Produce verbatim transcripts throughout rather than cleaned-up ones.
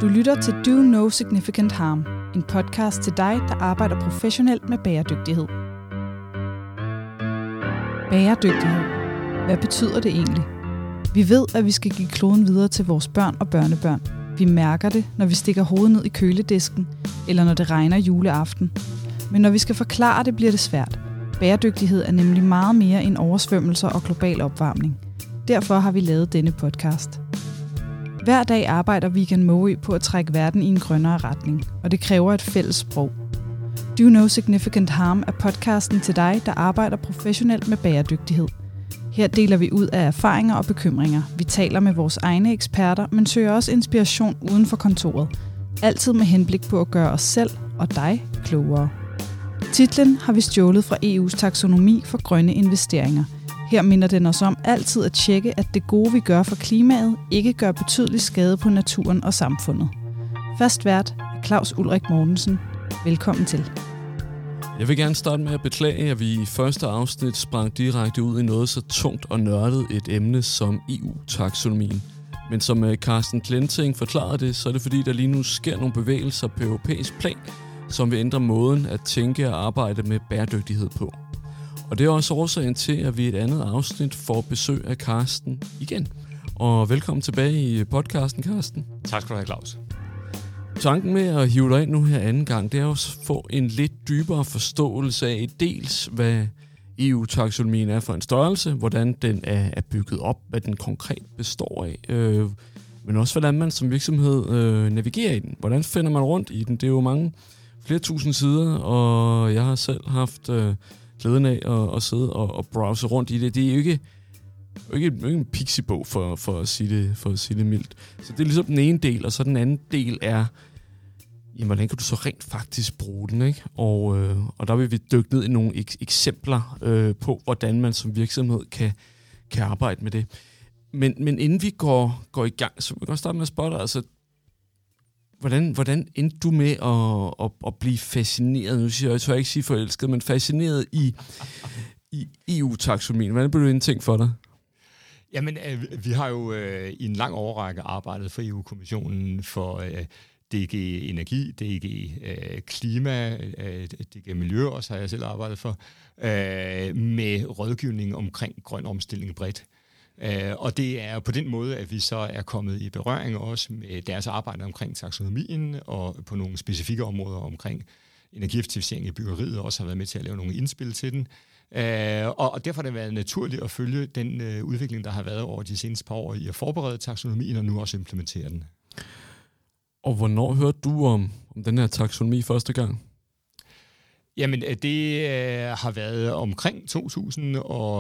Du lytter til Do No Significant Harm, en podcast til dig, der arbejder professionelt med bæredygtighed. Bæredygtighed. Hvad betyder det egentlig? Vi ved, at vi skal give kloden videre til vores børn og børnebørn. Vi mærker det, når vi stikker hovedet ned i køledisken, eller når det regner juleaften. Men når vi skal forklare det, bliver det svært. Bæredygtighed er nemlig meget mere end oversvømmelser og global opvarmning. Derfor har vi lavet denne podcast. Hver dag arbejder Vegan Måø på at trække verden i en grønnere retning, og det kræver et fælles sprog. Do No Significant Harm er podcasten til dig, der arbejder professionelt med bæredygtighed. Her deler vi ud af erfaringer og bekymringer. Vi taler med vores egne eksperter, men søger også inspiration uden for kontoret. Altid med henblik på at gøre os selv og dig klogere. Titlen har vi stjålet fra E U's taksonomi for grønne investeringer. Her minder den os om altid at tjekke, at det gode, vi gør for klimaet, ikke gør betydelig skade på naturen og samfundet. Fast vært er Claus Ulrik Mortensen. Velkommen til. Jeg vil gerne starte med at beklage, at vi i første afsnit sprang direkte ud i noget så tungt og nørdet et emne som E U-taksonomien. Men som Carsten Klenting forklarede det, så er det fordi, der lige nu sker nogle bevægelser på europæisk plan, som vil ændre måden at tænke og arbejde med bæredygtighed på. Og det er også årsagen til, at vi i et andet afsnit får besøg af Carsten igen. Og velkommen tilbage i podcasten, Carsten. Tak skal du have, Claus. Tanken med at hive dig ind nu her anden gang, det er også at få en lidt dybere forståelse af dels, hvad E U-taksonomien er for en størrelse, hvordan den er bygget op, hvad den konkret består af, øh, men også hvordan man som virksomhed øh, navigerer i den. Hvordan finder man rundt i den? Det er jo mange, flere tusind sider, og jeg har selv haft øh, glæden af at, at sidde og, og browse rundt i det. Det er jo ikke, jo ikke, jo ikke en pixiebog for, for, at sige det, for at sige det mildt. Så det er ligesom den ene del, og så den anden del er, jamen, hvordan kan du så rent faktisk bruge den, ikke? Og, øh, og der vil vi dykke ned i nogle ek- eksempler øh, på, hvordan man som virksomhed kan, kan arbejde med det. Men, men inden vi går, går i gang, så vil jeg godt starte med at spørge dig, altså, hvordan, hvordan endte du med at, at, at blive fascineret, nu siger jeg, jeg tør ikke sige forelsket, men fascineret i, i E U-taksonomien? Hvordan blev det indtænkt for dig? Jamen, øh, vi har jo øh, i en lang årrække arbejdet for E U-kommissionen for øh, D G Energi, D G øh, Klima, øh, D G Miljø også har jeg selv arbejdet for, øh, med rådgivning omkring grøn omstilling bredt. Øh, og det er på den måde, at vi så er kommet i berøring også med deres arbejde omkring taksonomien og på nogle specifikke områder omkring energieffektivisering i byggeriet, og også har været med til at lave nogle indspil til den. Øh, og, og derfor har det været naturligt at følge den øh, udvikling, der har været over de seneste par år i at forberede taksonomien og nu også implementere den. Og hvornår hørte du om, om den her taksonomi første gang? Jamen, det øh, har været omkring to tusind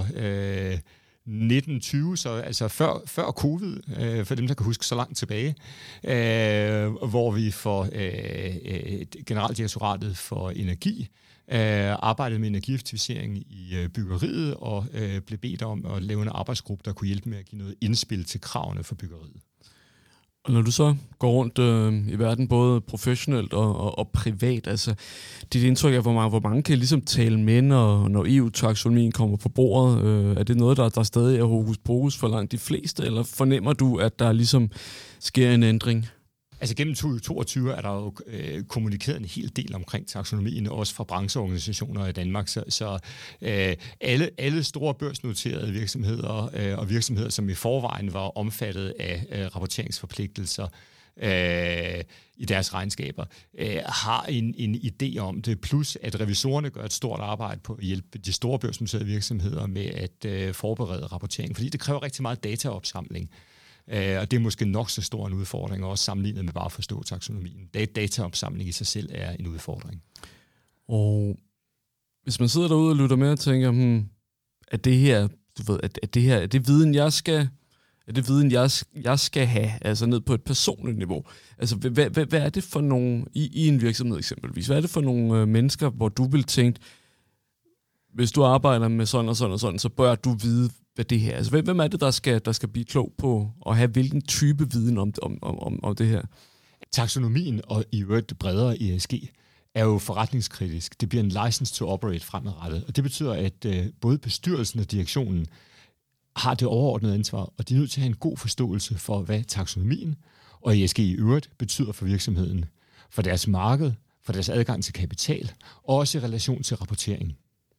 nitten tyve, så altså før, før covid, øh, for dem, der kan huske så langt tilbage, øh, hvor vi for øh, øh, Generaldirektoratet for Energi øh, arbejdede med energieffektivisering i øh, byggeriet og øh, blev bedt om at lave en arbejdsgruppe, der kunne hjælpe med at give noget indspil til kravene for byggeriet. Og når du så går rundt øh, i verden, både professionelt og, og, og privat, altså dit indtryk af, hvor mange, hvor mange kan ligesom tale med, når, når E U-taksonomien kommer på bordet? Øh, er det noget, der, der stadig er hokus pokus for langt de fleste, eller fornemmer du, at der ligesom sker en ændring? Altså gennem tyve toogtyve er der jo øh, kommunikeret en hel del omkring taksonomien, også fra brancheorganisationer i Danmark. Så, så øh, alle, alle store børsnoterede virksomheder øh, og virksomheder, som i forvejen var omfattet af øh, rapporteringsforpligtelser øh, i deres regnskaber, øh, har en, en idé om det. Plus at revisorerne gør et stort arbejde på at hjælpe de store børsnoterede virksomheder med at øh, forberede rapportering, fordi det kræver rigtig meget dataopsamling. Uh, og det er måske nok så stor en udfordring, også sammenlignet med bare at forstå taksonomien. Dataopsamling i sig selv er en udfordring. Og hvis man sidder derude og lytter med og tænker, hmm, er det her, du ved, er, er det her, er det viden, jeg skal, er det viden, jeg, jeg skal have, altså ned på et personligt niveau? Altså, hvad, hvad, hvad er det for nogle, i, i en virksomhed eksempelvis, hvad er det for nogle øh, mennesker, hvor du vil tænke, hvis du arbejder med sådan og sådan og sådan, så bør du vide, hvad det her er. Altså, hvem er det, der skal, der skal blive klog på at have hvilken type viden om, om, om, om det her? Taksonomien og i øvrigt bredere E S G er jo forretningskritisk. Det bliver en license to operate fremadrettet. Og det betyder, at øh, både bestyrelsen og direktionen har det overordnede ansvar, og de er nødt til at have en god forståelse for, hvad taksonomien og E S G i øvrigt betyder for virksomheden, for deres marked, for deres adgang til kapital, og også i relation til rapportering.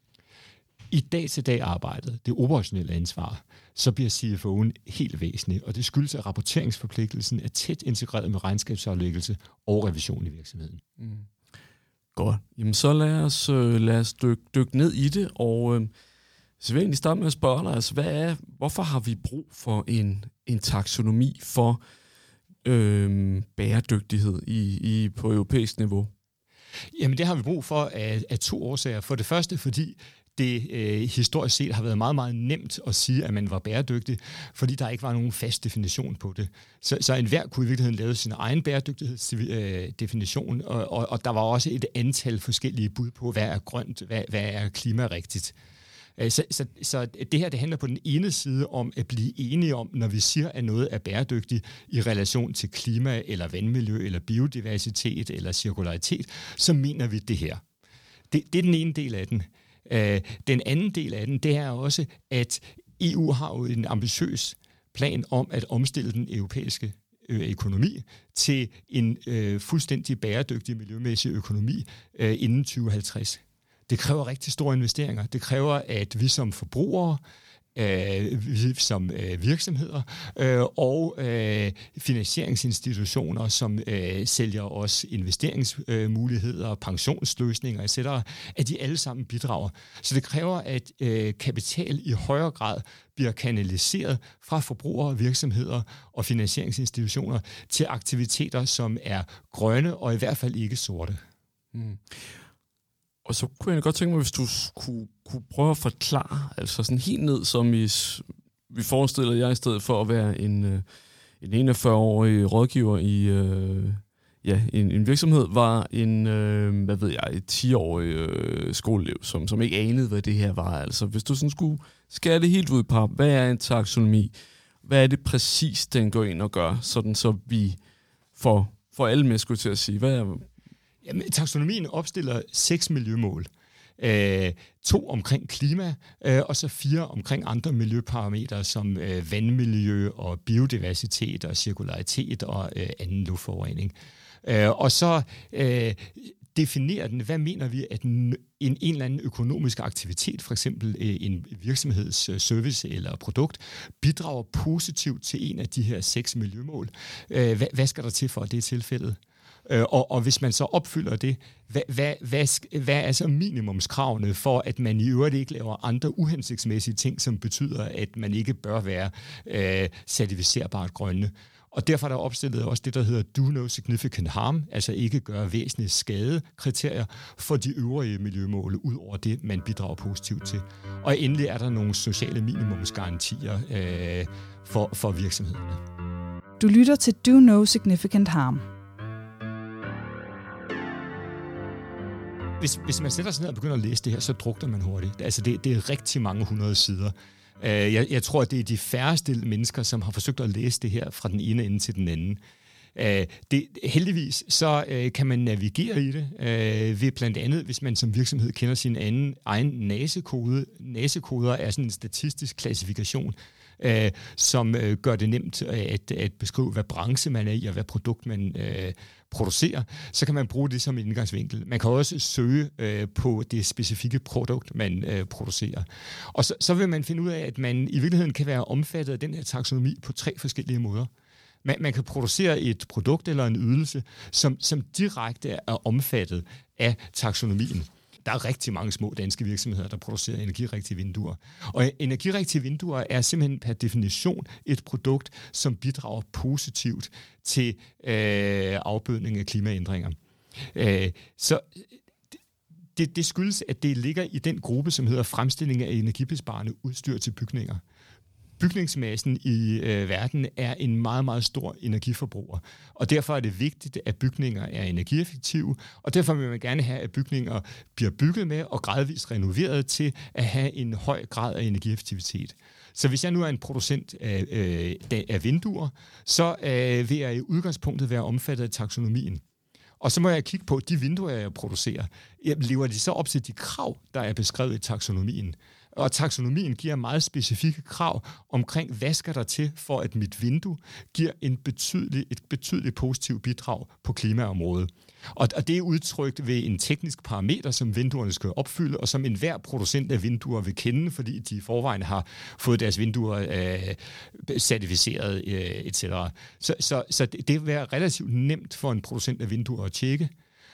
I dag-til-dag arbejdet, det operationelle ansvar, så bliver C F O'en helt væsentlig, og det skyldes, at rapporteringsforpligtelsen er tæt integreret med regnskabsaflæggelse og revision i virksomheden. Mm. Godt. Jamen så lad os, øh, lad os dykke, dykke ned i det, og øh, så vil jeg egentlig starte med at spørge dig, altså, hvad er, hvorfor har vi brug for en, en taksonomi for øh, bæredygtighed i, i, på europæisk niveau? Jamen det har vi brug for af, af to årsager. For det første, fordi det øh, historisk set har været meget, meget nemt at sige, at man var bæredygtig, fordi der ikke var nogen fast definition på det. Så, så enhver kunne i virkeligheden lave sin egen bæredygtighedsdefinition, og, og, og der var også et antal forskellige bud på, hvad er grønt, hvad, hvad er klimarigtigt. Så, så, så det her det handler på den ene side om at blive enige om, når vi siger, at noget er bæredygtigt i relation til klima, eller vandmiljø, eller biodiversitet, eller cirkularitet, så mener vi det her. Det, det er den ene del af den. Den anden del af den, det er også, at E U har jo en ambitiøs plan om at omstille den europæiske økonomi til en øh, fuldstændig bæredygtig miljømæssig økonomi øh, inden tyve halvtreds. Det kræver rigtig store investeringer. Det kræver, at vi som forbrugere, øh, vi som øh, virksomheder øh, og øh, finansieringsinstitutioner, som øh, sælger os investeringsmuligheder, pensionsløsninger et cetera, at de alle sammen bidrager. Så det kræver, at øh, kapital i højere grad bliver kanaliseret fra forbrugere, virksomheder og finansieringsinstitutioner til aktiviteter, som er grønne og i hvert fald ikke sorte. Mm. Og så kunne jeg godt tænke mig, hvis du kunne, kunne prøve at forklare, altså sådan helt ned, som i, vi forestiller jer i stedet for at være en, en enogfyrre-årig rådgiver i øh, ja, en, en virksomhed, var en, øh, hvad ved jeg, et ti-årig øh, skoleelev, som, som ikke anede, hvad det her var. Altså hvis du sådan skulle skære det helt ud i pap, hvad er en taksonomi? Hvad er det præcis, den går ind og gør, sådan så vi får, får alle med, skulle til at sige, hvad er... Jamen, taksonomien opstiller seks miljømål. Øh, to omkring klima, øh, og så fire omkring andre miljøparametre, som øh, vandmiljø og biodiversitet og cirkularitet og øh, anden luftforurening. Øh, og så øh, definerer den, hvad mener vi, at en, en, en eller anden økonomisk aktivitet, for eksempel øh, en virksomheds service eller produkt, bidrager positivt til en af de her seks miljømål. Øh, hvad, hvad skal der til for, at det er tilfældet? Og, og hvis man så opfylder det, hvad, hvad, hvad, hvad er så minimumskravene for, at man i øvrigt ikke laver andre uhensigtsmæssige ting, som betyder, at man ikke bør være øh, certificerbart grønne? Og derfor er der opstillet også det, der hedder do no significant harm, altså ikke gøre væsentlig skade kriterier for de øvrige miljømål, ud over det, man bidrager positivt til. Og endelig er der nogle sociale minimumsgarantier øh, for, for virksomhederne. Du lytter til Do No Significant Harm. Hvis, hvis man sætter sig ned og begynder at læse det her, så drukner man hurtigt. Altså det, det er rigtig mange hundrede sider. Uh, jeg, jeg tror, at det er de færreste mennesker, som har forsøgt at læse det her fra den ene ende til den anden. Uh, det, heldigvis så uh, kan man navigere i det uh, ved blandt andet, hvis man som virksomhed kender sin anden, egen næsekode. Næsekoder er sådan en statistisk klassifikation, uh, som uh, gør det nemt at, at beskrive, hvad branche man er i og hvad produkt man uh, producerer. Så kan man bruge det som indgangsvinkel. Man kan også søge øh, på det specifikke produkt, man øh, producerer. Og så, så vil man finde ud af, at man i virkeligheden kan være omfattet af den her taksonomi på tre forskellige måder. Man, man kan producere et produkt eller en ydelse, som, som direkte er omfattet af taksonomien. Der er rigtig mange små danske virksomheder, der producerer energirigtige vinduer. Og energirigtige vinduer er simpelthen per definition et produkt, som bidrager positivt til øh, afbødning af klimaændringer. Øh, så det, det skyldes, at det ligger i den gruppe, som hedder fremstilling af energibesparende udstyr til bygninger. Bygningsmassen i øh, verden er en meget, meget stor energiforbruger, og derfor er det vigtigt, at bygninger er energieffektive, og derfor vil man gerne have, at bygninger bliver bygget med og gradvist renoveret til at have en høj grad af energieffektivitet. Så hvis jeg nu er en producent af, øh, af vinduer, så øh, vil jeg i udgangspunktet være omfattet af taksonomien. Og så må jeg kigge på, de vinduer, jeg producerer, lever de så op til de krav, der er beskrevet i taksonomien? Og taksonomien giver meget specifikke krav omkring, hvad skal der til, for at mit vindue giver en betydelig, et betydeligt positivt bidrag på klimaområdet. Og, og det er udtrykt ved en teknisk parameter, som vinduerne skal opfylde, og som enhver producent af vinduer vil kende, fordi de i forvejen har fået deres vinduer øh, certificeret, øh, et cetera. Så, så, så det, det vil være relativt nemt for en producent af vinduer at tjekke.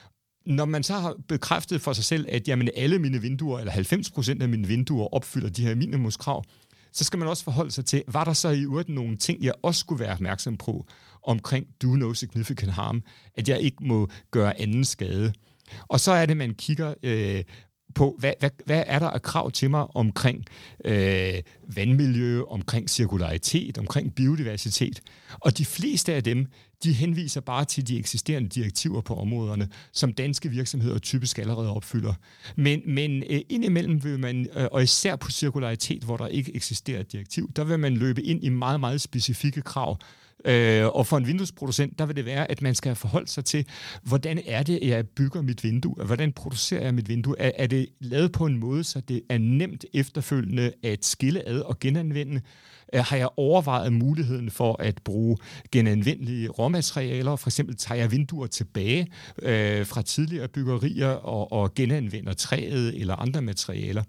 Når man så har bekræftet for sig selv, at jamen, alle mine vinduer, eller halvfems procent af mine vinduer, opfylder de her minimumskrav, så skal man også forholde sig til, var der så i øvrigt nogle ting, jeg også skulle være opmærksom på, omkring do no significant harm, at jeg ikke må gøre anden skade. Og så er det, man kigger øh, på, hvad, hvad, hvad er der af krav til mig omkring øh, vandmiljø, omkring cirkularitet, omkring biodiversitet. Og de fleste af dem, de henviser bare til de eksisterende direktiver på områderne, som danske virksomheder typisk allerede opfylder. Men, men øh, indimellem vil man, øh, og især på cirkularitet, hvor der ikke eksisterer et direktiv, der vil man løbe ind i meget, meget specifikke krav. Øh, og for en vinduesproducent, der vil det være, at man skal forholde sig til, hvordan er det, jeg bygger mit vindue? Hvordan producerer jeg mit vindue? Er, er det lavet på en måde, så det er nemt efterfølgende at skille ad og genanvende? Har jeg overvejet muligheden for at bruge genanvendelige råmaterialer? For eksempel tager jeg vinduer tilbage øh, fra tidligere byggerier og, og genanvender træet eller andre materialer.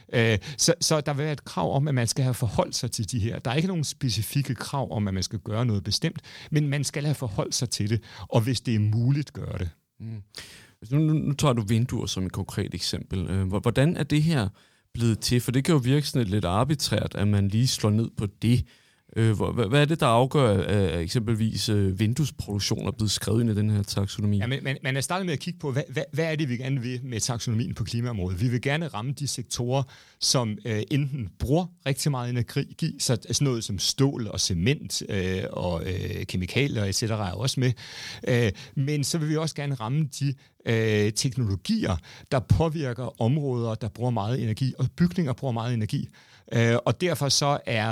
Så, så der vil være et krav om, at man skal have forholdt sig til de her. Der er ikke nogen specifikke krav om, at man skal gøre noget bestemt, men man skal have forholdt sig til det, og hvis det er muligt, gøre det. Mm. Nu, nu, nu tager du vinduer som et konkret eksempel. Hvordan er det her blevet til? For det kan jo virke sådan lidt arbitrært, at man lige slår ned på det. Hvad er det, der afgør, at eksempelvis vinduesproduktion er blevet skrevet ind i den her taksonomi? Ja, men, man er startet med at kigge på, hvad, hvad, hvad er det, vi gerne vil med taksonomien på klimaområdet? Vi vil gerne ramme de sektorer, som øh, enten bruger rigtig meget energi, så sådan noget som stål og cement øh, og øh, kemikalier et cetera er også med. Øh, men så vil vi også gerne ramme de øh, teknologier, der påvirker områder, der bruger meget energi, og bygninger bruger meget energi. Uh, og derfor så er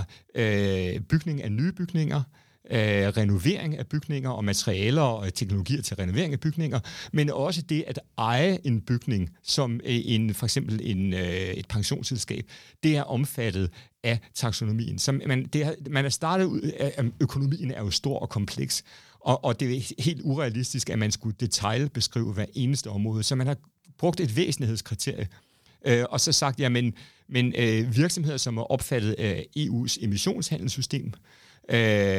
uh, bygning af nye bygninger, uh, renovering af bygninger og materialer og teknologier til renovering af bygninger, men også det at eje en bygning som en, for eksempel en, uh, et pensionsselskab, det er omfattet af taksonomien. Så man, det er, man er startet ud af, økonomien er jo stor og kompleks, og, og det er helt urealistisk, at man skulle detaljbeskrive hver eneste område, så man har brugt et væsentlighedskriterie, uh, og så sagt, jamen Men øh, virksomheder, som er opfattet af E U's emissionshandelssystem, øh,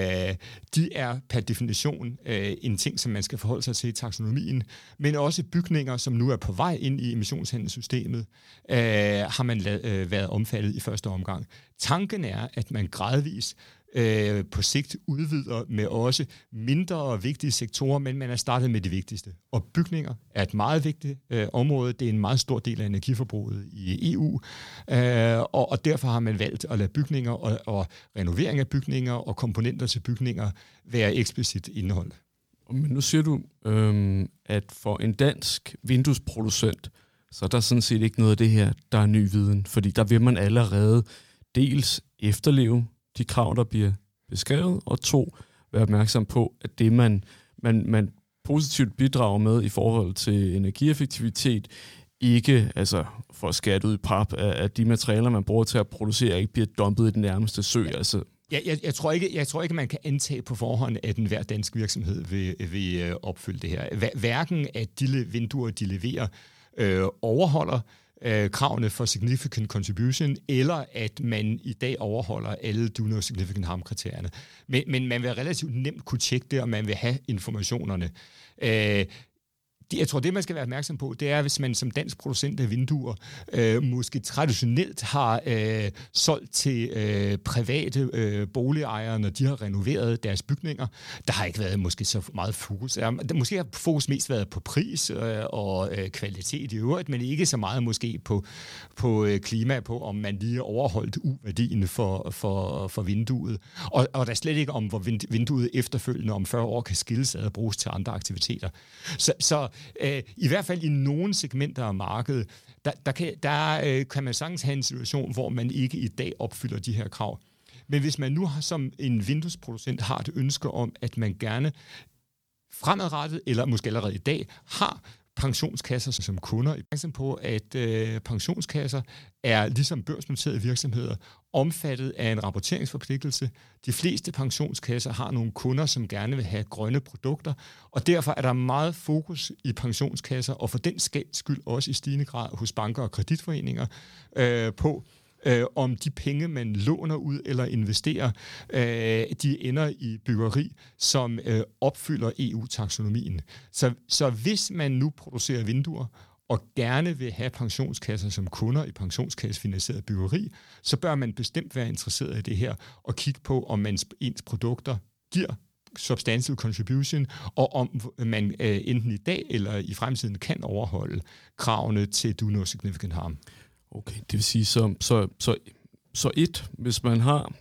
de er per definition øh, en ting, som man skal forholde sig til i taksonomien. Men også bygninger, som nu er på vej ind i emissionshandelssystemet, øh, har man la- øh, været omfattet i første omgang. Tanken er, at man gradvis øh, på sigt udvider med også mindre og vigtige sektorer, men man er startet med det vigtigste. Og bygninger er et meget vigtigt øh, område. Det er en meget stor del af energiforbruget i E U, øh, og, og derfor har man valgt at lade bygninger og, og renovering af bygninger og komponenter til bygninger være eksplicit indhold. Men nu siger du, øhm, at for en dansk vinduesproducent, så er der sådan set ikke noget af det her, der er ny viden, fordi der vil man allerede dels efterleve de krav, der bliver beskrevet, og to, være opmærksom på, at det, man, man, man positivt bidrager med i forhold til energieffektivitet, ikke, altså for at skære det ud i pap, at de materialer, man bruger til at producere, ikke bliver dumpet i den nærmeste sø. Ja. Altså. Jeg, jeg, jeg, tror ikke, jeg tror ikke, man kan antage på forhånd, at enhver dansk virksomhed vil, vil opfylde det her. Hverken at de vinduer, de leverer, øh, overholder Øh, kravene for significant contribution, eller at man i dag overholder alle do no significant harm-kriterierne. Men, men man vil relativt nemt kunne tjekke det, og man vil have informationerne. Øh, Jeg tror, det man skal være opmærksom på, det er, hvis man som dansk producent af vinduer øh, måske traditionelt har øh, solgt til øh, private øh, boligejere, når de har renoveret deres bygninger. Der har ikke været måske så meget fokus. Der måske har fokus mest været på pris øh, og øh, kvalitet i øvrigt, men ikke så meget måske på, på øh, klima, på om man lige har overholdt U-værdien for, for, for vinduet. Og, og der er slet ikke om, hvor vinduet efterfølgende om fyrre år kan skilles ad og bruges til andre aktiviteter. Så, så Uh, i hvert fald i nogle segmenter af markedet, der, der, kan, der uh, kan man sagtens have en situation, hvor man ikke i dag opfylder de her krav. Men hvis man nu har, som en vinduesproducent har et ønske om, at man gerne fremadrettet, eller måske allerede i dag, har pensionskasser som kunder. Opmærksom på, at øh, pensionskasser er ligesom børsnoterede virksomheder omfattet af en rapporteringsforpligtelse. De fleste pensionskasser har nogle kunder, som gerne vil have grønne produkter, og derfor er der meget fokus i pensionskasser, og for den skyld også i stigende grad hos banker og kreditforeninger, øh, på, Øh, om de penge, man låner ud eller investerer, øh, de ender i byggeri, som øh, opfylder E U-taksonomien. Så, så hvis man nu producerer vinduer, og gerne vil have pensionskasser som kunder i pensionskassefinansieret byggeri, så bør man bestemt være interesseret i det her, og kigge på, om man, ens produkter giver substantial contribution, og om man øh, enten i dag eller i fremtiden kan overholde kravene til do no significant harm. Okay, det vil sige, så, så, så, så et, hvis man har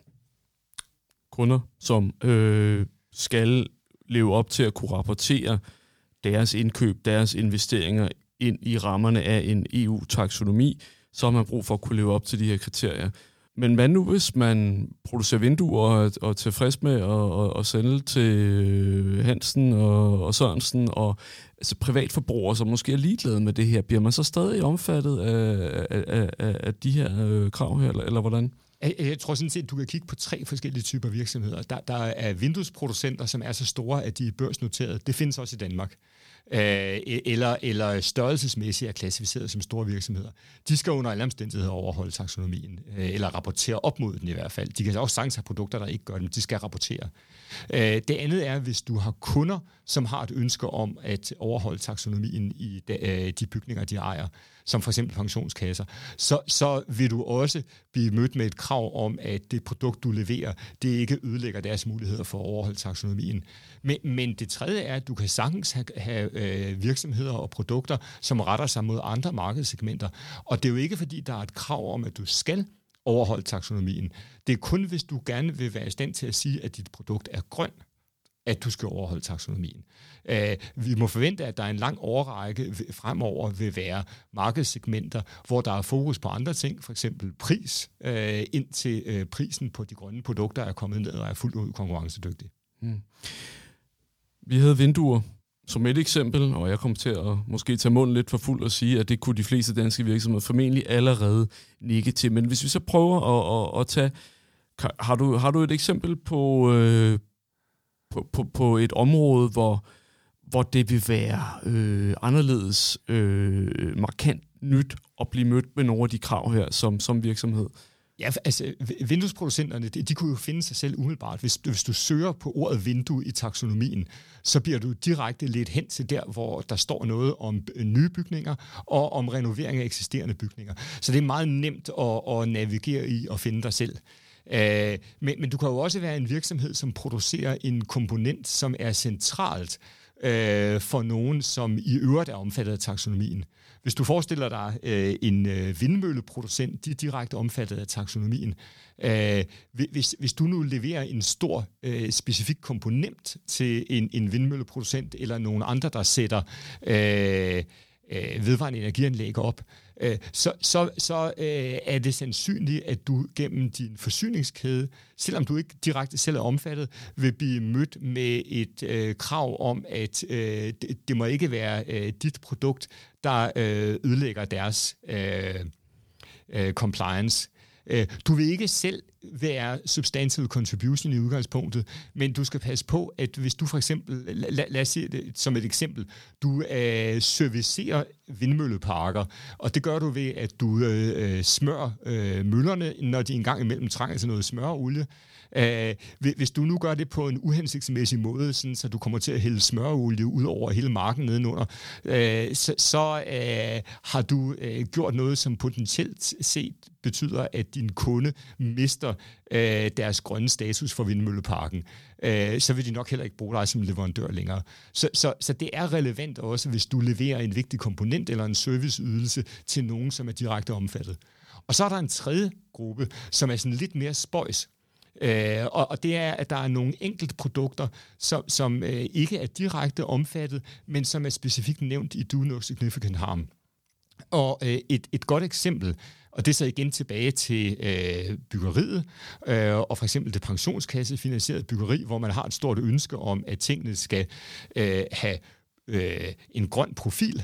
kunder, som øh, skal leve op til at kunne rapportere deres indkøb, deres investeringer ind i rammerne af en E U-taksonomi, så har man brug for at kunne leve op til de her kriterier. Men hvad nu, hvis man producerer vinduer og, og er tilfreds med at og, og sælge til Hansen og, og Sørensen, og altså privatforbrugere, som måske er ligeglade med det her, bliver man så stadig omfattet af, af, af, af de her øh, krav her, eller, eller hvordan? Jeg, jeg tror sådan set, at du kan kigge på tre forskellige typer virksomheder. Der, der er vinduesproducenter, som er så store, at de er børsnoteret. Det findes også i Danmark. Øh, eller, eller størrelsesmæssigt er klassificeret som store virksomheder. De skal under alle omstændigheder overholde taksonomien, øh, eller rapportere op mod den i hvert fald. De kan også sagtens have produkter, der ikke gør det, men de skal rapportere. Øh, det andet er, hvis du har kunder, som har et ønske om at overholde taksonomien i de, øh, de bygninger, de ejer, som for eksempel pensionskasser, så, så vil du også blive mødt med et krav om, at det produkt, du leverer, det ikke ødelægger deres muligheder for at overholde taksonomien. Men, men det tredje er, at du kan sagtens have, have øh, virksomheder og produkter, som retter sig mod andre markedssegmenter. Og det er jo ikke, fordi der er et krav om, at du skal overholde taksonomien. Det er kun, hvis du gerne vil være i stand til at sige, at dit produkt er grøn, at du skal overholde taksonomien. Uh, vi må forvente, at der er en lang årrække fremover vil være markedssegmenter, hvor der er fokus på andre ting, for eksempel pris, uh, indtil uh, prisen på de grønne produkter er kommet ned og er fuldt ud konkurrencedygtig. Hmm. Vi havde vinduer som et eksempel, og jeg kom til at måske tage munden lidt for fuld og sige, at det kunne de fleste danske virksomheder formentlig allerede nikke til. Men hvis vi så prøver at, at, at tage... Har du, har du et eksempel på... Øh, På, på, på et område, hvor, hvor det vil være øh, anderledes øh, markant nyt at blive mødt med nogle af de krav her som, som virksomhed? Ja, altså vinduesproducenterne, de, de kunne jo finde sig selv umiddelbart. Hvis, hvis du søger på ordet vindue i taksonomien, så bliver du direkte lidt hen til der, hvor der står noget om nye bygninger og om renovering af eksisterende bygninger. Så det er meget nemt at, at navigere i og finde dig selv. Uh, men, men du kan jo også være en virksomhed, som producerer en komponent, som er centralt uh, for nogen, som i øvrigt er omfattet af taksonomien. Hvis du forestiller dig uh, en uh, vindmølleproducent, de er direkte omfattet af taksonomien. Uh, hvis, hvis du nu leverer en stor uh, specifik komponent til en, en vindmølleproducent eller nogen andre, der sætter uh, uh, vedvarende energianlæg op, så, så, så øh, er det sandsynligt, at du gennem din forsyningskæde, selvom du ikke direkte selv er omfattet, vil blive mødt med et øh, krav om, at øh, det, det må ikke være øh, dit produkt, der øh, ødelægger deres øh, øh, compliance. Du vil ikke selv være substantial contribution i udgangspunktet, men du skal passe på, at hvis du for eksempel, lad, lad os sige det som et eksempel, du øh, servicerer vindmølleparker, og det gør du ved, at du øh, smører øh, møllerne, når de engang imellem trænger til noget smøreolie. Uh, hvis du nu gør det på en uhensigtsmæssig måde, sådan, så du kommer til at hælde smøreolie ud over hele marken nedenunder, uh, så, så uh, har du uh, gjort noget, som potentielt set betyder, at din kunde mister uh, deres grønne status for vindmølleparken. Uh, så vil de nok heller ikke bruge dig som leverandør længere. Så, så, så det er relevant også, hvis du leverer en vigtig komponent eller en serviceydelse til nogen, som er direkte omfattet. Og så er der en tredje gruppe, som er sådan lidt mere spøjs. Uh, og, og det er, at der er nogle enkelte produkter, som, som uh, ikke er direkte omfattet, men som er specifikt nævnt i do no significant harm. Og uh, et, et godt eksempel, og det er så igen tilbage til uh, byggeriet, uh, og for eksempel det pensionskassefinansierede byggeri, hvor man har et stort ønske om, at tingene skal uh, have uh, en grøn profil.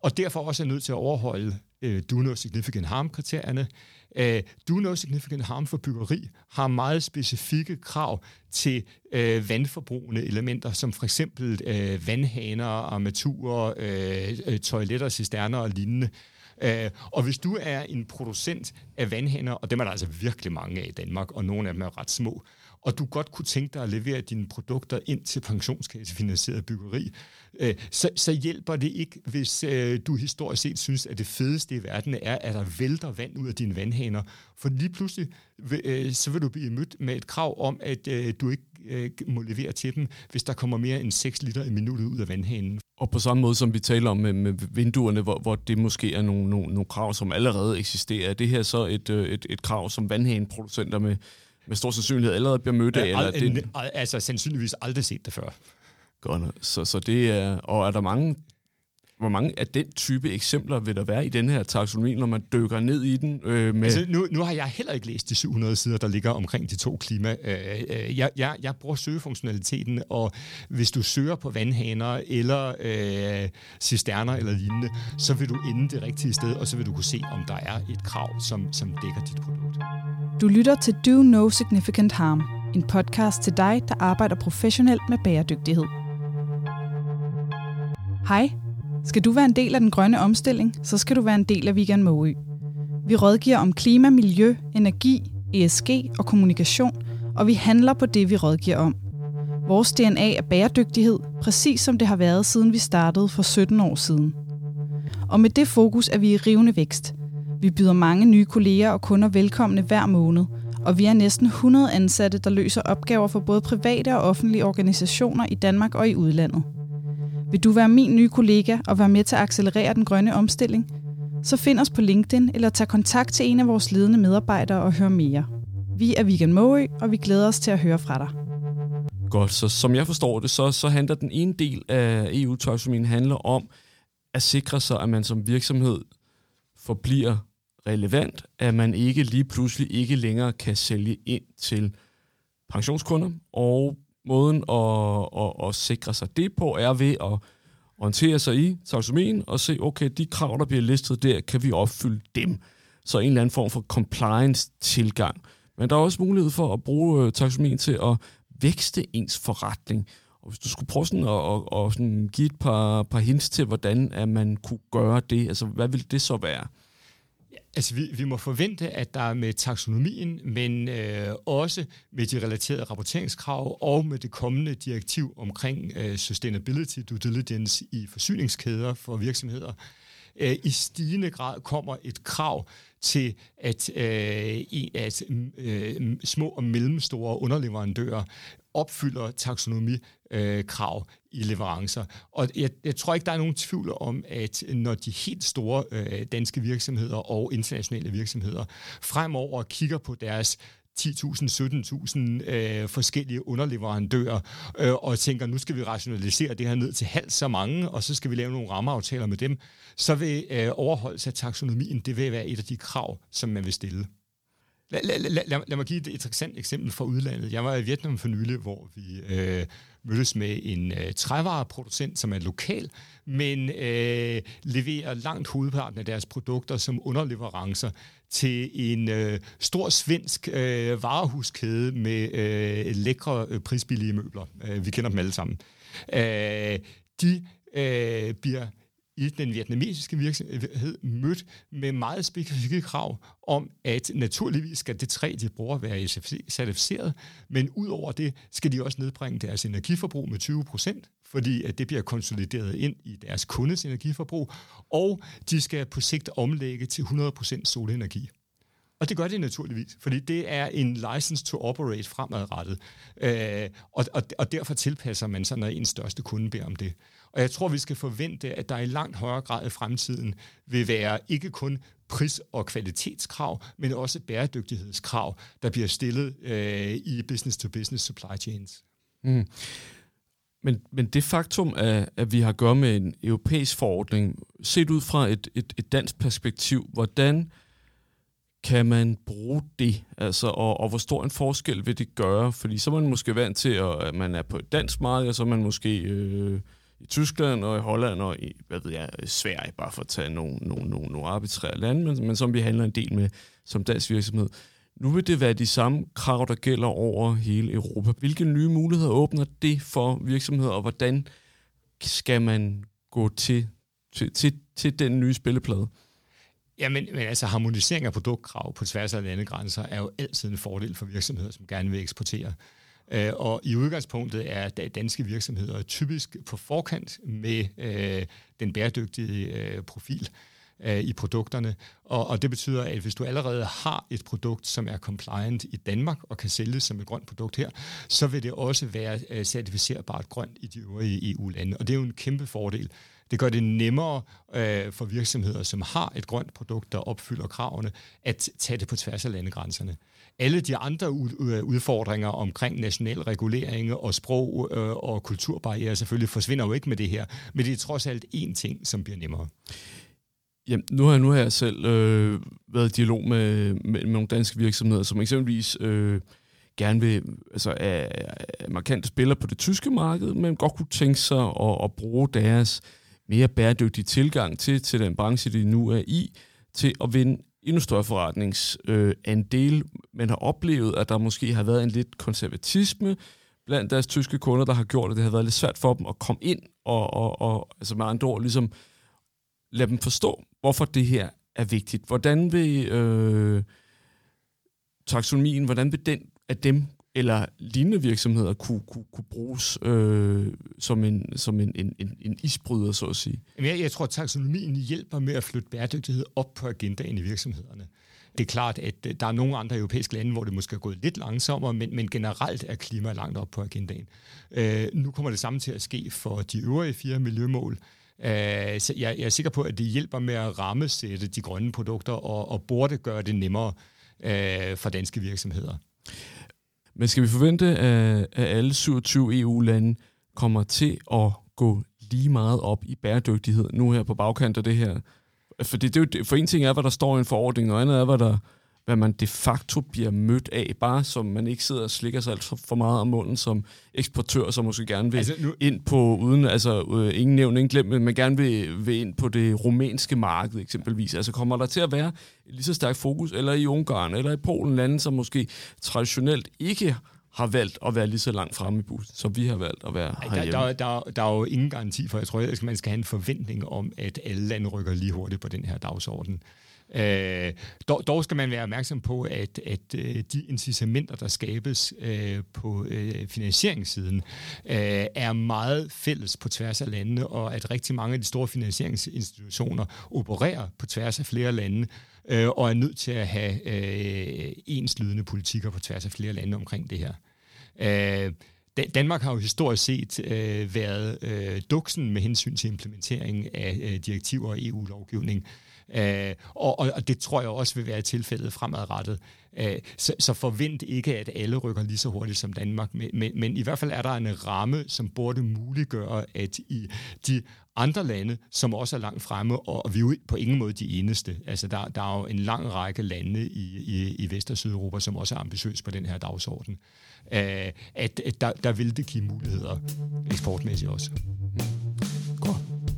og derfor også er nødt til at overholde øh, do no significant harm-kriterierne. Øh, do no significant harm for byggeri har meget specifikke krav til øh, vandforbrugende elementer, som for eksempel øh, vandhaner, armaturer, øh, toiletter, cisterner og lignende. Uh, og hvis du er en producent af vandhaner, og dem er der altså virkelig mange af i Danmark, og nogle af dem er ret små, og du godt kunne tænke dig at levere dine produkter ind til pensionskassefinansieret byggeri, uh, så, så hjælper det ikke, hvis uh, du historisk set synes, at det fedeste i verden er, at der vælter vand ud af dine vandhaner. For lige pludselig uh, så vil du blive mødt med et krav om, at uh, du ikke uh, må levere til dem, hvis der kommer mere end seks liter i minuttet ud af vandhanen. Og på samme måde, som vi taler om med, med vinduerne, hvor, hvor det måske er nogle, nogle, nogle krav, som allerede eksisterer. Er det her så et, et, et krav, som vandhaneproducenter med, med stor sandsynlighed allerede bliver mødt af? Ja, eller al- det... Altså sandsynligvis aldrig set det før. Godt. Så, så det er... Og er der mange... Hvor mange af den type eksempler vil der være i den her taksonomi, når man dykker ned i den? Øh, med... altså, nu, nu har jeg heller ikke læst de syv hundrede sider, der ligger omkring de to klima. Øh, jeg, jeg, jeg bruger søgefunktionaliteten, og hvis du søger på vandhaner eller øh, cisterner eller lignende, så vil du ende det rigtige sted, og så vil du kunne se, om der er et krav, som, som dækker dit produkt. Du lytter til Do No Significant Harm, en podcast til dig, der arbejder professionelt med bæredygtighed. Hej. Skal du være en del af den grønne omstilling, så skal du være en del af Vigan Mågø. Vi rådgiver om klima, miljø, energi, E S G og kommunikation, og vi handler på det, vi rådgiver om. Vores D N A er bæredygtighed, præcis som det har været, siden vi startede for sytten år siden. Og med det fokus er vi i rivende vækst. Vi byder mange nye kolleger og kunder velkomne hver måned, og vi er næsten hundrede ansatte, der løser opgaver for både private og offentlige organisationer i Danmark og i udlandet. Vil du være min nye kollega og være med til at accelerere den grønne omstilling? Så find os på LinkedIn eller tag kontakt til en af vores ledende medarbejdere og hør mere. Vi er Vigan Mågø, og vi glæder os til at høre fra dig. Godt, så som jeg forstår det, så, så handler den ene del af E U-taksonomien handler om at sikre sig, at man som virksomhed forbliver relevant, at man ikke lige pludselig ikke længere kan sælge ind til pensionskunder, og måden at, at, at sikre sig det på er ved at orientere sig i taksonomien og se, okay, de krav, der bliver listet der, kan vi opfylde dem. Så en eller anden form for compliance-tilgang. Men der er også mulighed for at bruge taksonomien til at vækste ens forretning. Og hvis du skulle prøve sådan at, at, at sådan give et par, par hints til, hvordan at man kunne gøre det, altså hvad vil det så være? Altså, vi, vi må forvente, at der med taksonomien, men øh, også med de relaterede rapporteringskrav og med det kommende direktiv omkring øh, sustainability due diligence i forsyningskæder for virksomheder, øh, i stigende grad kommer et krav til, at, øh, at øh, små og mellemstore underleverandører opfylder taksonomikrav øh, i leverancer. Og jeg, jeg tror ikke, der er nogen tvivl om, at når de helt store øh, danske virksomheder og internationale virksomheder fremover kigger på deres ti tusind, sytten tusind øh, forskellige underleverandører øh, og tænker, nu skal vi rationalisere det her ned til halvt så mange, og så skal vi lave nogle rammeaftaler med dem, så vil øh, overholdelse af taksonomien, det vil være et af de krav, som man vil stille. Lad, lad, lad, lad, lad mig give et interessant eksempel fra udlandet. Jeg var i Vietnam for nylig, hvor vi øh, mødtes med en øh, trævareproducent, som er lokal, men øh, leverer langt hovedparten af deres produkter som underleverancer til en øh, stor svensk øh, varehuskæde med øh, lækre, øh, prisbillige møbler. Øh, vi kender dem alle sammen. Øh, de øh, bliver i den vietnamesiske virksomhed mødt med meget specifikke krav om, at naturligvis skal det træ, de bruger, være certificeret, men ud over det skal de også nedbringe deres energiforbrug med tyve procent, fordi at det bliver konsolideret ind i deres kundes energiforbrug, og de skal på sigt omlægge til hundrede procent solenergi. Og det gør det naturligvis, fordi det er en license to operate fremadrettet, øh, og, og, og derfor tilpasser man sig, når ens største kunde beder om det. Og jeg tror, vi skal forvente, at der i langt højere grad i fremtiden vil være ikke kun pris- og kvalitetskrav, men også bæredygtighedskrav, der bliver stillet øh, i business-to-business supply chains. Mm. Men, men det faktum, at, at vi har at gøre med en europæisk forordning, set ud fra et, et, et dansk perspektiv, hvordan kan man bruge det, altså, og, og hvor stor en forskel vil det gøre? Fordi så er man måske vant til, at man er på et dansk marked, og så er man måske øh, i Tyskland og i Holland og i, hvad ved jeg, Sverige, bare for at tage nogle, nogle, nogle, nogle arbitrære lande, men, men som vi handler en del med som dansk virksomhed. Nu vil det være de samme krav, der gælder over hele Europa. Hvilke nye muligheder åbner det for virksomheder, og hvordan skal man gå til, til, til, til den nye spilleplade? Ja, men, men altså harmonisering af produktkrav på tværs af landegrænser er jo altid en fordel for virksomheder, som gerne vil eksportere. Øh, og i udgangspunktet er danske virksomheder typisk på forkant med øh, den bæredygtige øh, profil øh, i produkterne. Og, og det betyder, at hvis du allerede har et produkt, som er compliant i Danmark og kan sælges som et grønt produkt her, så vil det også være øh, certificerbart grønt i de øvrige E U-lande. Og det er jo en kæmpe fordel. Det gør det nemmere øh, for virksomheder, som har et grønt produkt, der opfylder kravene, at tage det på tværs af landegrænserne. Alle de andre udfordringer omkring national regulering og sprog øh, og kulturbarrierer selvfølgelig forsvinder jo ikke med det her, men det er trods alt én ting, som bliver nemmere. Jamen, nu har jeg, nu har jeg selv øh, været i dialog med, med, med nogle danske virksomheder, som eksempelvis øh, gerne vil, altså er, er markante spillere på det tyske marked, men godt kunne tænke sig at, at bruge deres mere bæredygtige tilgang til, til den branche, de nu er i, til at vinde endnu større forretningsandel. Øh, Man har oplevet, at der måske har været en lidt konservatisme blandt deres tyske kunder, der har gjort, at det har været lidt svært for dem at komme ind og, og, og altså med andre ord, ligesom lade dem forstå, hvorfor det her er vigtigt. Hvordan vil øh, taksonomien, hvordan vil den af dem eller lignende virksomheder kunne, kunne, kunne bruges øh, som, en, som en, en, en isbryder, så at sige? Jeg, jeg tror, at taksonomien hjælper med at flytte bæredygtighed op på agendaen i virksomhederne. Det er klart, at der er nogle andre europæiske lande, hvor det måske er gået lidt langsommere, men, men generelt er klima langt op på agendaen. Øh, nu kommer det samme til at ske for de øvrige fire miljømål. Øh, så jeg, jeg er sikker på, at det hjælper med at rammesætte de grønne produkter og, og burde gøre det nemmere øh, for danske virksomheder. Men skal vi forvente, at alle syvogtyve E U-lande kommer til at gå lige meget op i bæredygtighed nu her på bagkant af det her? For, det, det er jo, for en ting er, hvad der står i en forordning, og andet er, hvad, der, hvad man de facto bliver mødt af, bare som man ikke sidder og slikker sig alt for meget om munden som eksportør, som måske gerne vil altså nu... ind på, uden, altså øh, ingen nævnt, ingen glemt, men man gerne vil, vil ind på det rumænske marked eksempelvis. Altså kommer der til at være lige så stærkt fokus, eller i Ungarn, eller i Polen, lande, som måske traditionelt ikke har valgt at være lige så langt fremme i bussen, som vi har valgt at være herhjemme. Der, der, der, der er jo ingen garanti for, jeg tror, at man skal have en forventning om, at alle lande rykker lige hurtigt på den her dagsorden. Øh, dog, dog skal man være opmærksom på, at, at de incitamenter, der skabes øh, på øh, finansieringssiden, øh, er meget fælles på tværs af landene, og at rigtig mange af de store finansieringsinstitutioner opererer på tværs af flere lande, øh, og er nødt til at have øh, enslydende politikker på tværs af flere lande omkring det her. Øh, Danmark har jo historisk set øh, været øh, duksen med hensyn til implementering af øh, direktiver og E U-lovgivning. Uh, og, og det tror jeg også vil være tilfældet fremadrettet. Uh, så, så forvent ikke, at alle rykker lige så hurtigt som Danmark, men, men, men i hvert fald er der en ramme, som burde muliggøre, at i de andre lande, som også er langt fremme, og vi er jo på ingen måde de eneste. Altså, der, der er jo en lang række lande i, i, i Vest- og Sydeuropa, som også er ambitiøse på den her dagsorden. Uh, at, at der, der vil det give muligheder eksportmæssigt også. Godt.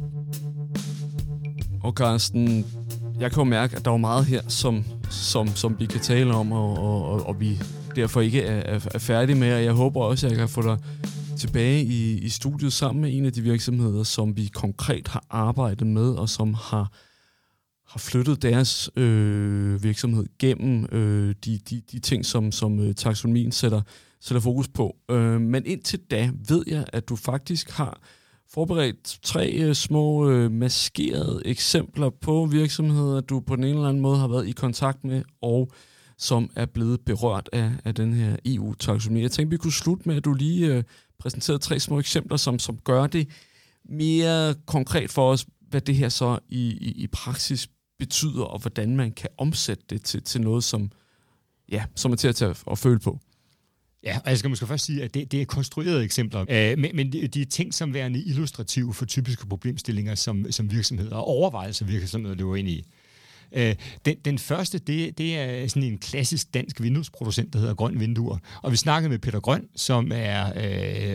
Og Carsten, jeg kan jo mærke, at der er meget her, som, som, som vi kan tale om, og, og, og vi derfor ikke er, er færdige med, og jeg håber også, at jeg kan få dig tilbage i, i studiet sammen med en af de virksomheder, som vi konkret har arbejdet med, og som har, har flyttet deres øh, virksomhed gennem øh, de, de, de ting, som, som øh, taksonomien sætter, sætter fokus på. Øh, men indtil da ved jeg, at du faktisk har forberedt tre øh, små øh, maskerede eksempler på virksomheder, du på den ene eller anden måde har været i kontakt med, og som er blevet berørt af, af den her E U-taksonomi. Jeg tænkte, vi kunne slutte med, at du lige øh, præsenterede tre små eksempler, som, som gør det mere konkret for os, hvad det her så i, i, i praksis betyder, og hvordan man kan omsætte det til, til noget, som, ja, som er til at tage og føle på. Ja, og jeg skal måske først sige, at det, det er konstruerede eksempler, øh, men, men de er tænkt som værende illustrative for typiske problemstillinger, som, som virksomheder og overvejelser virksomheder løber ind i. Øh, den, den første, det, det er sådan en klassisk dansk vinduesproducent, der hedder Grøn Vinduer. Og vi snakkede med Peter Grøn, som er øh,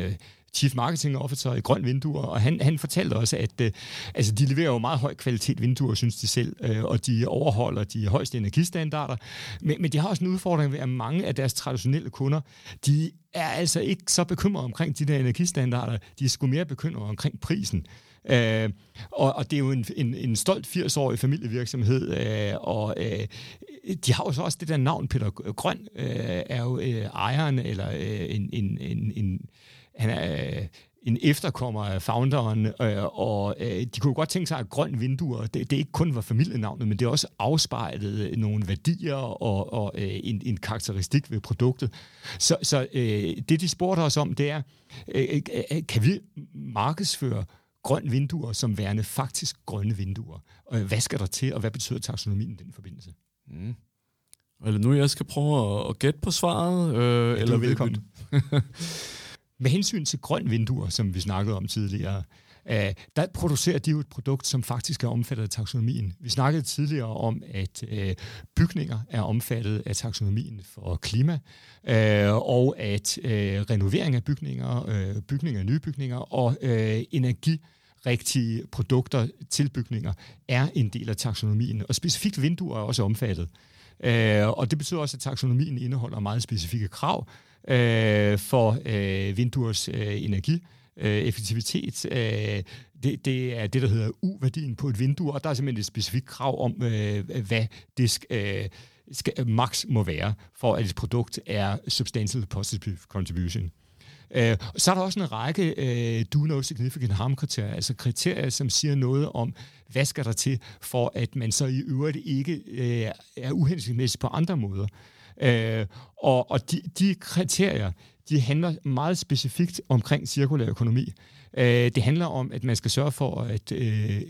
Chief Marketing Officer i Grøn Vinduer, og han, han fortalte også, at øh, altså, de leverer jo meget høj kvalitet vinduer, synes de selv, øh, og de overholder de højeste energistandarder. Men, men de har også en udfordring ved, at mange af deres traditionelle kunder, de er altså ikke så bekymrede omkring de der energistandarder. De er sgu mere bekymrede omkring prisen. Øh, og, og det er jo en, en, en stolt firs-årig familievirksomhed, øh, og øh, de har jo så også det der navn, Peter Grøn, øh, er jo øh, ejeren, eller øh, en, en, en, en, han er øh, en efterkommer af founderen, øh, og øh, de kunne godt tænke sig, at Grøn Vinduer, det, det ikke kun var familienavnet, men det også afspejlede nogle værdier og, og øh, en, en karakteristik ved produktet. Så, så øh, det, de spurgte os om, det er, øh, kan vi markedsføre Grøn Vinduer som værende faktisk grønne vinduer? Og hvad skal der til, og hvad betyder taksonomien i den forbindelse? Mm. Eller nu jeg skal prøve at, at gætte på svaret? Øh, ja, eller velkommen. Med hensyn til Grøn Vinduer, som vi snakkede om tidligere, øh, der producerer de jo et produkt, som faktisk er omfattet af taksonomien. Vi snakkede tidligere om, at øh, bygninger er omfattet af taksonomien for klima, øh, og at øh, renovering af bygninger, øh, bygninger af nye bygninger og øh, energi rigtige produkter til bygninger er en del af taksonomien, og specifikt vinduer er også omfattet. Øh, og det betyder også, at taksonomien indeholder meget specifikke krav øh, for øh, vinduers øh, energieffektivitet. Øh, det, det er det, der hedder U-værdien på et vindue, og der er simpelthen et specifikt krav om, øh, hvad det skal, øh, skal, max må være, for at et produkt er substantial positive contribution. Uh, så er der også en række uh, do no significant harm-kriterier, altså kriterier, som siger noget om, hvad skal der til, for at man så i øvrigt ikke uh, er uhensigtsmæssig på andre måder. Uh, og og de, de kriterier, de handler meget specifikt omkring cirkulær økonomi. Uh, det handler om, at man skal sørge for at uh,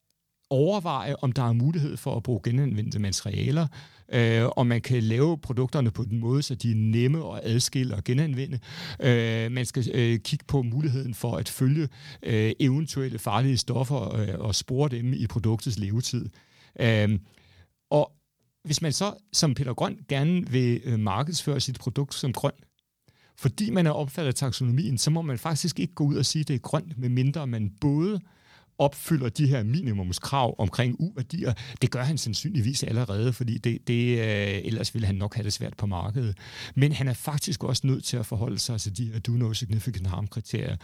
overveje, om der er mulighed for at bruge genanvendte materialer, øh, og man kan lave produkterne på den måde, så de er nemme at adskille og genanvende. Øh, man skal øh, kigge på muligheden for at følge øh, eventuelle farlige stoffer øh, og spore dem i produktets levetid. Øh, og hvis man så, som Peter Grøn, gerne vil øh, markedsføre sit produkt som grøn, fordi man er opfattet af taksonomien, så må man faktisk ikke gå ud og sige, at det er grønt, medmindre man både opfylder de her minimumskrav omkring U-værdier. Det gør han sandsynligvis allerede, fordi det, det, øh, ellers ville han nok have det svært på markedet. Men han er faktisk også nødt til at forholde sig til de her do no significant harm-kriterier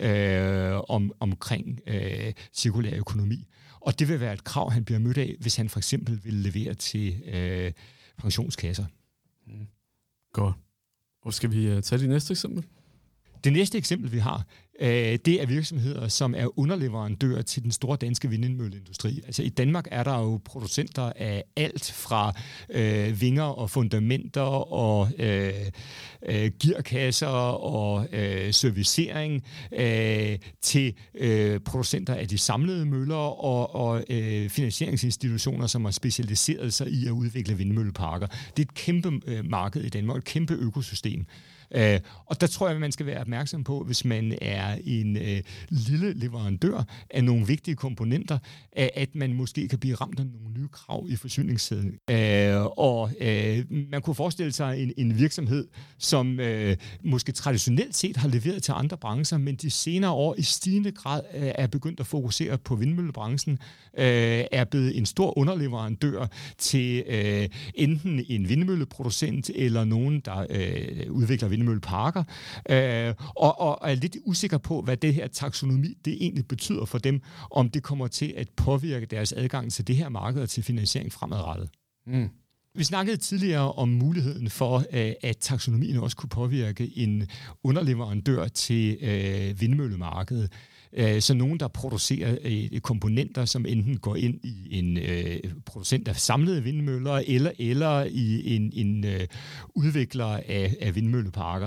øh, om, omkring øh, cirkulær økonomi. Og det vil være et krav, han bliver mødt af, hvis han for eksempel vil levere til øh, pensionskasser. Mm. Godt. Og skal vi uh, tage det næste eksempel? Det næste eksempel, vi har, øh, det er virksomheder, som er underleverandører til den store danske vindmølleindustri. Altså i Danmark er der jo producenter af alt fra øh, vinger og fundamenter og øh, øh, gearkasser og øh, servicering øh, til øh, producenter af de samlede møller og, og øh, finansieringsinstitutioner, som har specialiseret sig i at udvikle vindmølleparker. Det er et kæmpe øh, marked i Danmark, et kæmpe økosystem. Uh, og der tror jeg, at man skal være opmærksom på, hvis man er en uh, lille leverandør af nogle vigtige komponenter, uh, at man måske kan blive ramt af nogle nye krav i forsyningssiden. Uh, og uh, man kunne forestille sig en, en virksomhed, som uh, måske traditionelt set har leveret til andre brancher, men de senere år i stigende grad uh, er begyndt at fokusere på vindmøllebranchen, uh, er blevet en stor underleverandør til uh, enten en vindmølleproducent eller nogen, der uh, udvikler vindmølleparker, øh, og, og er lidt usikker på, hvad det her taksonomi det egentlig betyder for dem, om det kommer til at påvirke deres adgang til det her marked og til finansiering fremadrettet. Mm. Vi snakkede tidligere om muligheden for, at taksonomien også kunne påvirke en underleverandør til øh, vindmøllemarkedet. Så nogen, der producerer øh, komponenter, som enten går ind i en øh, producent af samlede vindmøller, eller, eller i en, en øh, udvikler af, af vindmølleparker.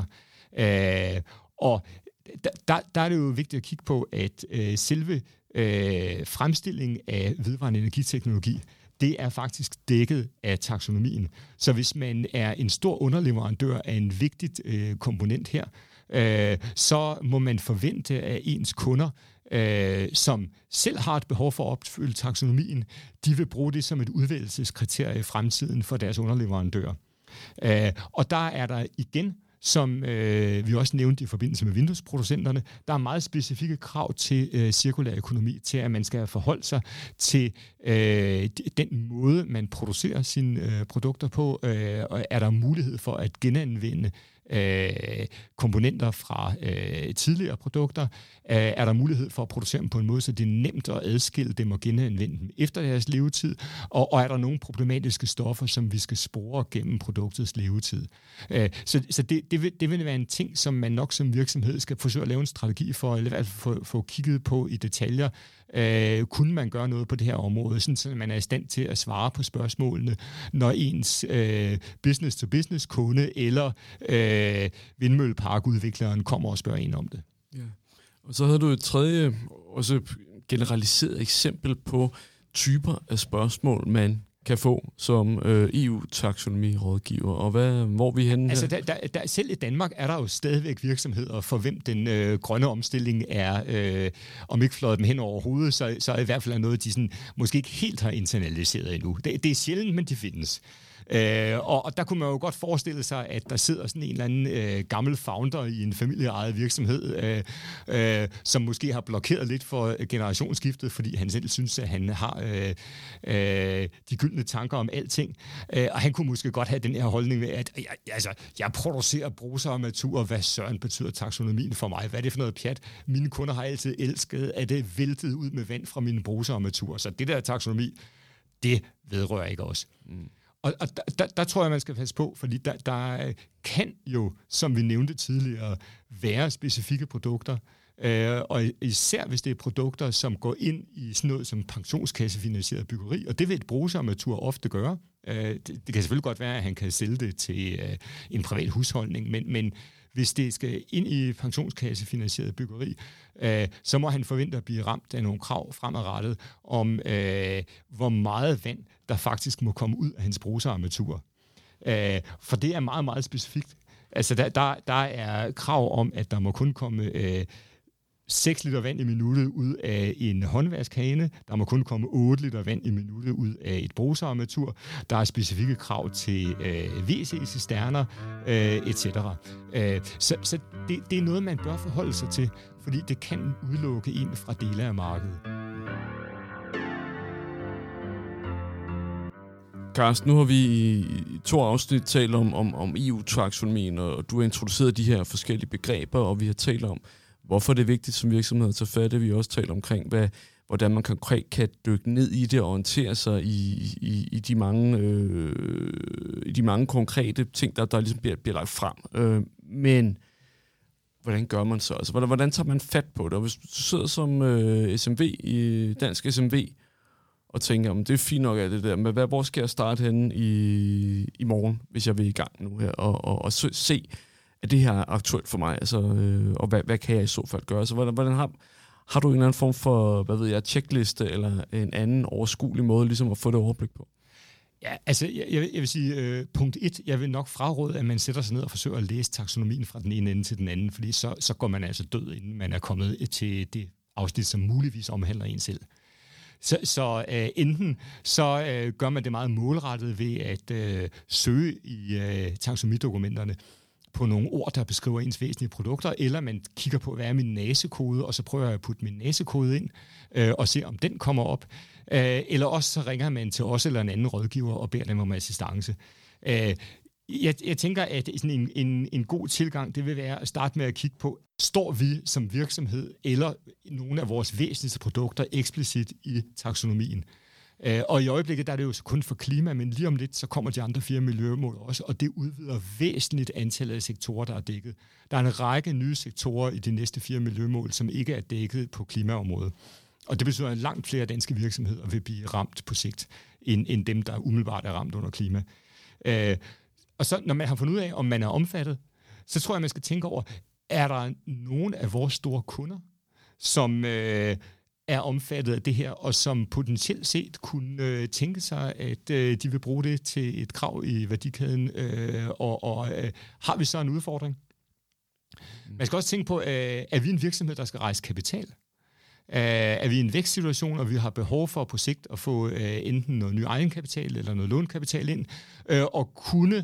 Øh, og der, der er det jo vigtigt at kigge på, at øh, selve øh, fremstillingen af vedvarende energiteknologi, det er faktisk dækket af taksonomien. Så hvis man er en stor underleverandør af en vigtig øh, komponent her, øh, så må man forvente, at ens kunder, øh, som selv har et behov for at opfylde taksonomien, de vil bruge det som et udvælgelseskriterie i fremtiden for deres underleverandører. Øh, og der er der igen som øh, vi også nævnte i forbindelse med vinduesproducenterne. Der er meget specifikke krav til øh, cirkulær økonomi, til at man skal forholde sig til øh, den måde, man producerer sine øh, produkter på. Øh, og er der mulighed for at genanvende øh, komponenter fra øh, tidligere produkter? Øh, er der mulighed for at producere dem på en måde, så det er nemt at adskille dem og genanvende dem efter deres levetid? Og, og er der nogle problematiske stoffer, som vi skal spore gennem produktets levetid? Øh, så så det, det, vil, det vil være en ting, som man nok som virksomhed skal forsøge at lave en strategi for, eller i hvert fald få, få kigget på i detaljer. Øh, kunne man gøre noget på det her område, sådan, så man er i stand til at svare på spørgsmålene, når ens øh, business-to-business-kunde eller øh, vindmølleparkudvikleren kommer og spørger en om det. Ja. Og så havde du et tredje, også generaliseret eksempel på typer af spørgsmål, man kan få som øh, E U-taksonomirådgiver, og hvad, hvor er vi henne? Altså, der, der, der, selv i Danmark er der jo stadigvæk virksomheder, for hvem den øh, grønne omstilling er, øh, om ikke fløjet dem hen over hovedet, så, så er i hvert fald noget, de sådan, måske ikke helt har internaliseret endnu. Det, det er sjældent, men de findes. Øh, og, og der kunne man jo godt forestille sig, at der sidder sådan en eller anden øh, gammel founder i en familieejet virksomhed, øh, øh, som måske har blokeret lidt for generationsskiftet, fordi han selv synes, at han har øh, øh, de gyldne tanker om alting. Øh, og han kunne måske godt have den her holdning med, at jeg, altså, jeg producerer brugsarmatur, hvad søren betyder taksonomien for mig? Hvad er det for noget pjat? Mine kunder har altid elsket, at det væltet ud med vand fra mine brugsarmatur. Så det der taksonomi, det vedrører ikke os. Mm. Og, og der, der, der tror jeg, man skal passe på, fordi der, der kan jo, som vi nævnte tidligere, være specifikke produkter, øh, og især hvis det er produkter, som går ind i sådan noget som pensionskassefinansieret byggeri, og det vil et brugsarmatur ofte gøre. Øh, det, det kan selvfølgelig godt være, at han kan sælge det til øh, en privat husholdning, men, men hvis det skal ind i pensionskassefinansieret byggeri, øh, så må han forvente at blive ramt af nogle krav fremadrettet om, øh, hvor meget vand, der faktisk må komme ud af hans brugsarmatur. Øh, for det er meget, meget specifikt. Altså, der, der, der er krav om, at der må kun komme øh, seks liter vand i minuttet ud af en håndvaskhane. Der må kun komme otte liter vand i minuttet ud af et brugsarmatur. Der er specifikke krav til øh, W C-cisterner, øh, et cetera. Øh, så så det, det er noget, man bør forholde sig til, fordi det kan udelukke en fra dele af markedet. Carsten, nu har vi i to afsnit talt om, om, om E U-taksonomien, og du har introduceret de her forskellige begreber, og vi har talt om, hvorfor det er vigtigt som virksomhed at tage fat. Vi har også talt omkring, hvad, hvordan man konkret kan dykke ned i det og orientere sig i, i, i, de, mange, øh, i de mange konkrete ting, der, der ligesom bliver, bliver lagt frem. Øh, men hvordan gør man så? Altså, hvordan, hvordan tager man fat på det? Og hvis du sidder som øh, S M V, i dansk S M V, og tænker, om det er fint nok af det der, men hvad, hvor skal jeg starte henne i, i morgen, hvis jeg vil i gang nu her, og, og, og se, at det her er aktuelt for mig, altså, øh, og hvad, hvad kan jeg i så fald gøre? Så hvordan, hvordan har, har du en eller anden form for, hvad ved jeg, checkliste, eller en anden overskuelig måde, ligesom at få det overblik på? Ja, altså, jeg, jeg vil sige, øh, punkt et, jeg vil nok fraråde, at man sætter sig ned og forsøger at læse taksonomien fra den ene ende til den anden, fordi så, så går man altså død, inden man er kommet til det afsnit, som muligvis omhandler en selv. Så, så øh, enten så øh, gør man det meget målrettet ved at øh, søge i øh, taksonomidokumenterne på nogle ord, der beskriver ens væsentlige produkter, eller man kigger på, hvad er min næsekode, og så prøver jeg at putte min næsekode ind øh, og se, om den kommer op. Øh, eller også så ringer man til os eller en anden rådgiver og beder dem om assistance. Øh, Jeg, jeg tænker, at sådan en, en, en god tilgang, det vil være at starte med at kigge på, står vi som virksomhed eller nogle af vores væsentligste produkter eksplicit i taksonomien? Øh, og i øjeblikket der er det jo kun for klima, men lige om lidt, så kommer de andre fire miljømål også, og det udvider væsentligt antallet af sektorer, der er dækket. Der er en række nye sektorer i de næste fire miljømål, som ikke er dækket på klimaområdet. Og det betyder, at langt flere danske virksomheder vil blive ramt på sigt, end, end dem, der umiddelbart er ramt under klima. Øh, Og så, når man har fundet ud af, om man er omfattet, så tror jeg, man skal tænke over, er der nogen af vores store kunder, som øh, er omfattet af det her, og som potentielt set kunne øh, tænke sig, at øh, de vil bruge det til et krav i værdikæden, øh, og, og øh, har vi så en udfordring? Man skal også tænke på, øh, er vi en virksomhed, der skal rejse kapital? Uh, er vi i en vækstsituation, og vi har behov for på sigt at få uh, enten noget ny egenkapital eller noget lånkapital ind, uh, og kunne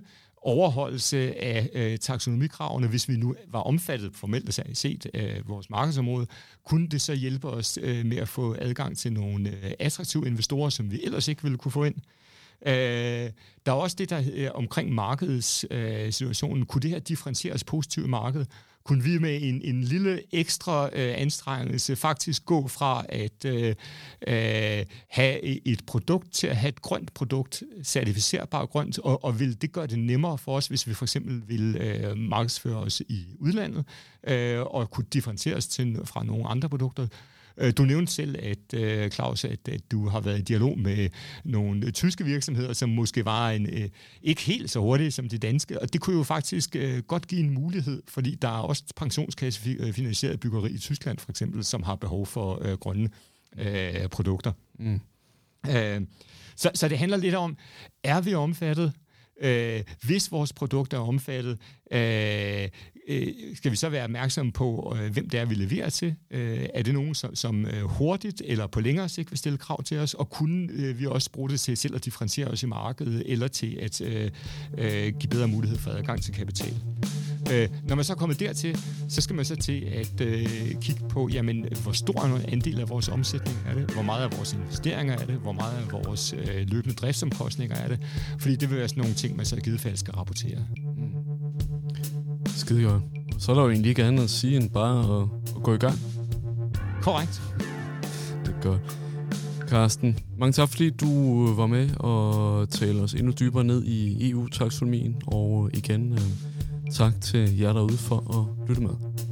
overholdelse af øh, taksonomikravene, hvis vi nu var omfattet formelt set af vores markedsområde, kunne det så hjælpe os øh, med at få adgang til nogle øh, attraktive investorer, som vi ellers ikke ville kunne få ind. Øh, der er også det, der øh, omkring markedets øh, situationen. Kunne det her differentieres positivt i markedet? Kunne vi med en, en lille ekstra øh, anstrengelse faktisk gå fra at øh, øh, have et produkt til at have et grønt produkt, certificerbart grønt, og, og vil det gøre det nemmere for os, hvis vi for eksempel vil øh, markedsføre os i udlandet, øh, og kunne differentieres til, fra nogle andre produkter. Du nævnte selv, at Claus, at, at du har været i dialog med nogle tyske virksomheder, som måske var en, ikke helt så hurtige som de danske, og det kunne jo faktisk godt give en mulighed, fordi der er også pensionskassefinansieret byggeri i Tyskland, for eksempel, som har behov for øh, grønne øh, produkter. Mm. Øh, så, så det handler lidt om, er vi omfattet? Øh, hvis vores produkter er omfattet, øh, øh, skal vi så være opmærksomme på, øh, hvem det er, vi leverer til? Øh, er det nogen, som, som øh, hurtigt eller på længere sigt vil stille krav til os? Og kunne øh, vi også bruge det til selv at differentiere os i markedet, eller til at øh, øh, give bedre mulighed for adgang til kapital? Øh, når man så kommer dertil, så skal man så til at øh, kigge på, jamen, hvor stor en andel af vores omsætning er det? Hvor meget af vores investeringer er det? Hvor meget af vores øh, løbende driftsomkostninger er det? Fordi det vil være sådan nogle ting, man så i givet fald skal rapportere. Mm. Skide godt. Så er der jo egentlig ikke andet at sige, end bare at, at gå i gang. Korrekt. Det er godt. Carsten, mange tak, fordi du var med og tale os endnu dybere ned i E U-taksonomien, og igen øh, tak til jer derude for at lytte med.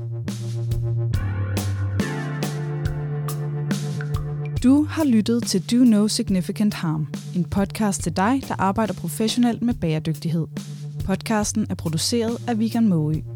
Du har lyttet til Do No Significant Harm, en podcast til dig, der arbejder professionelt med bæredygtighed. Podcasten er produceret af Vigan Måge.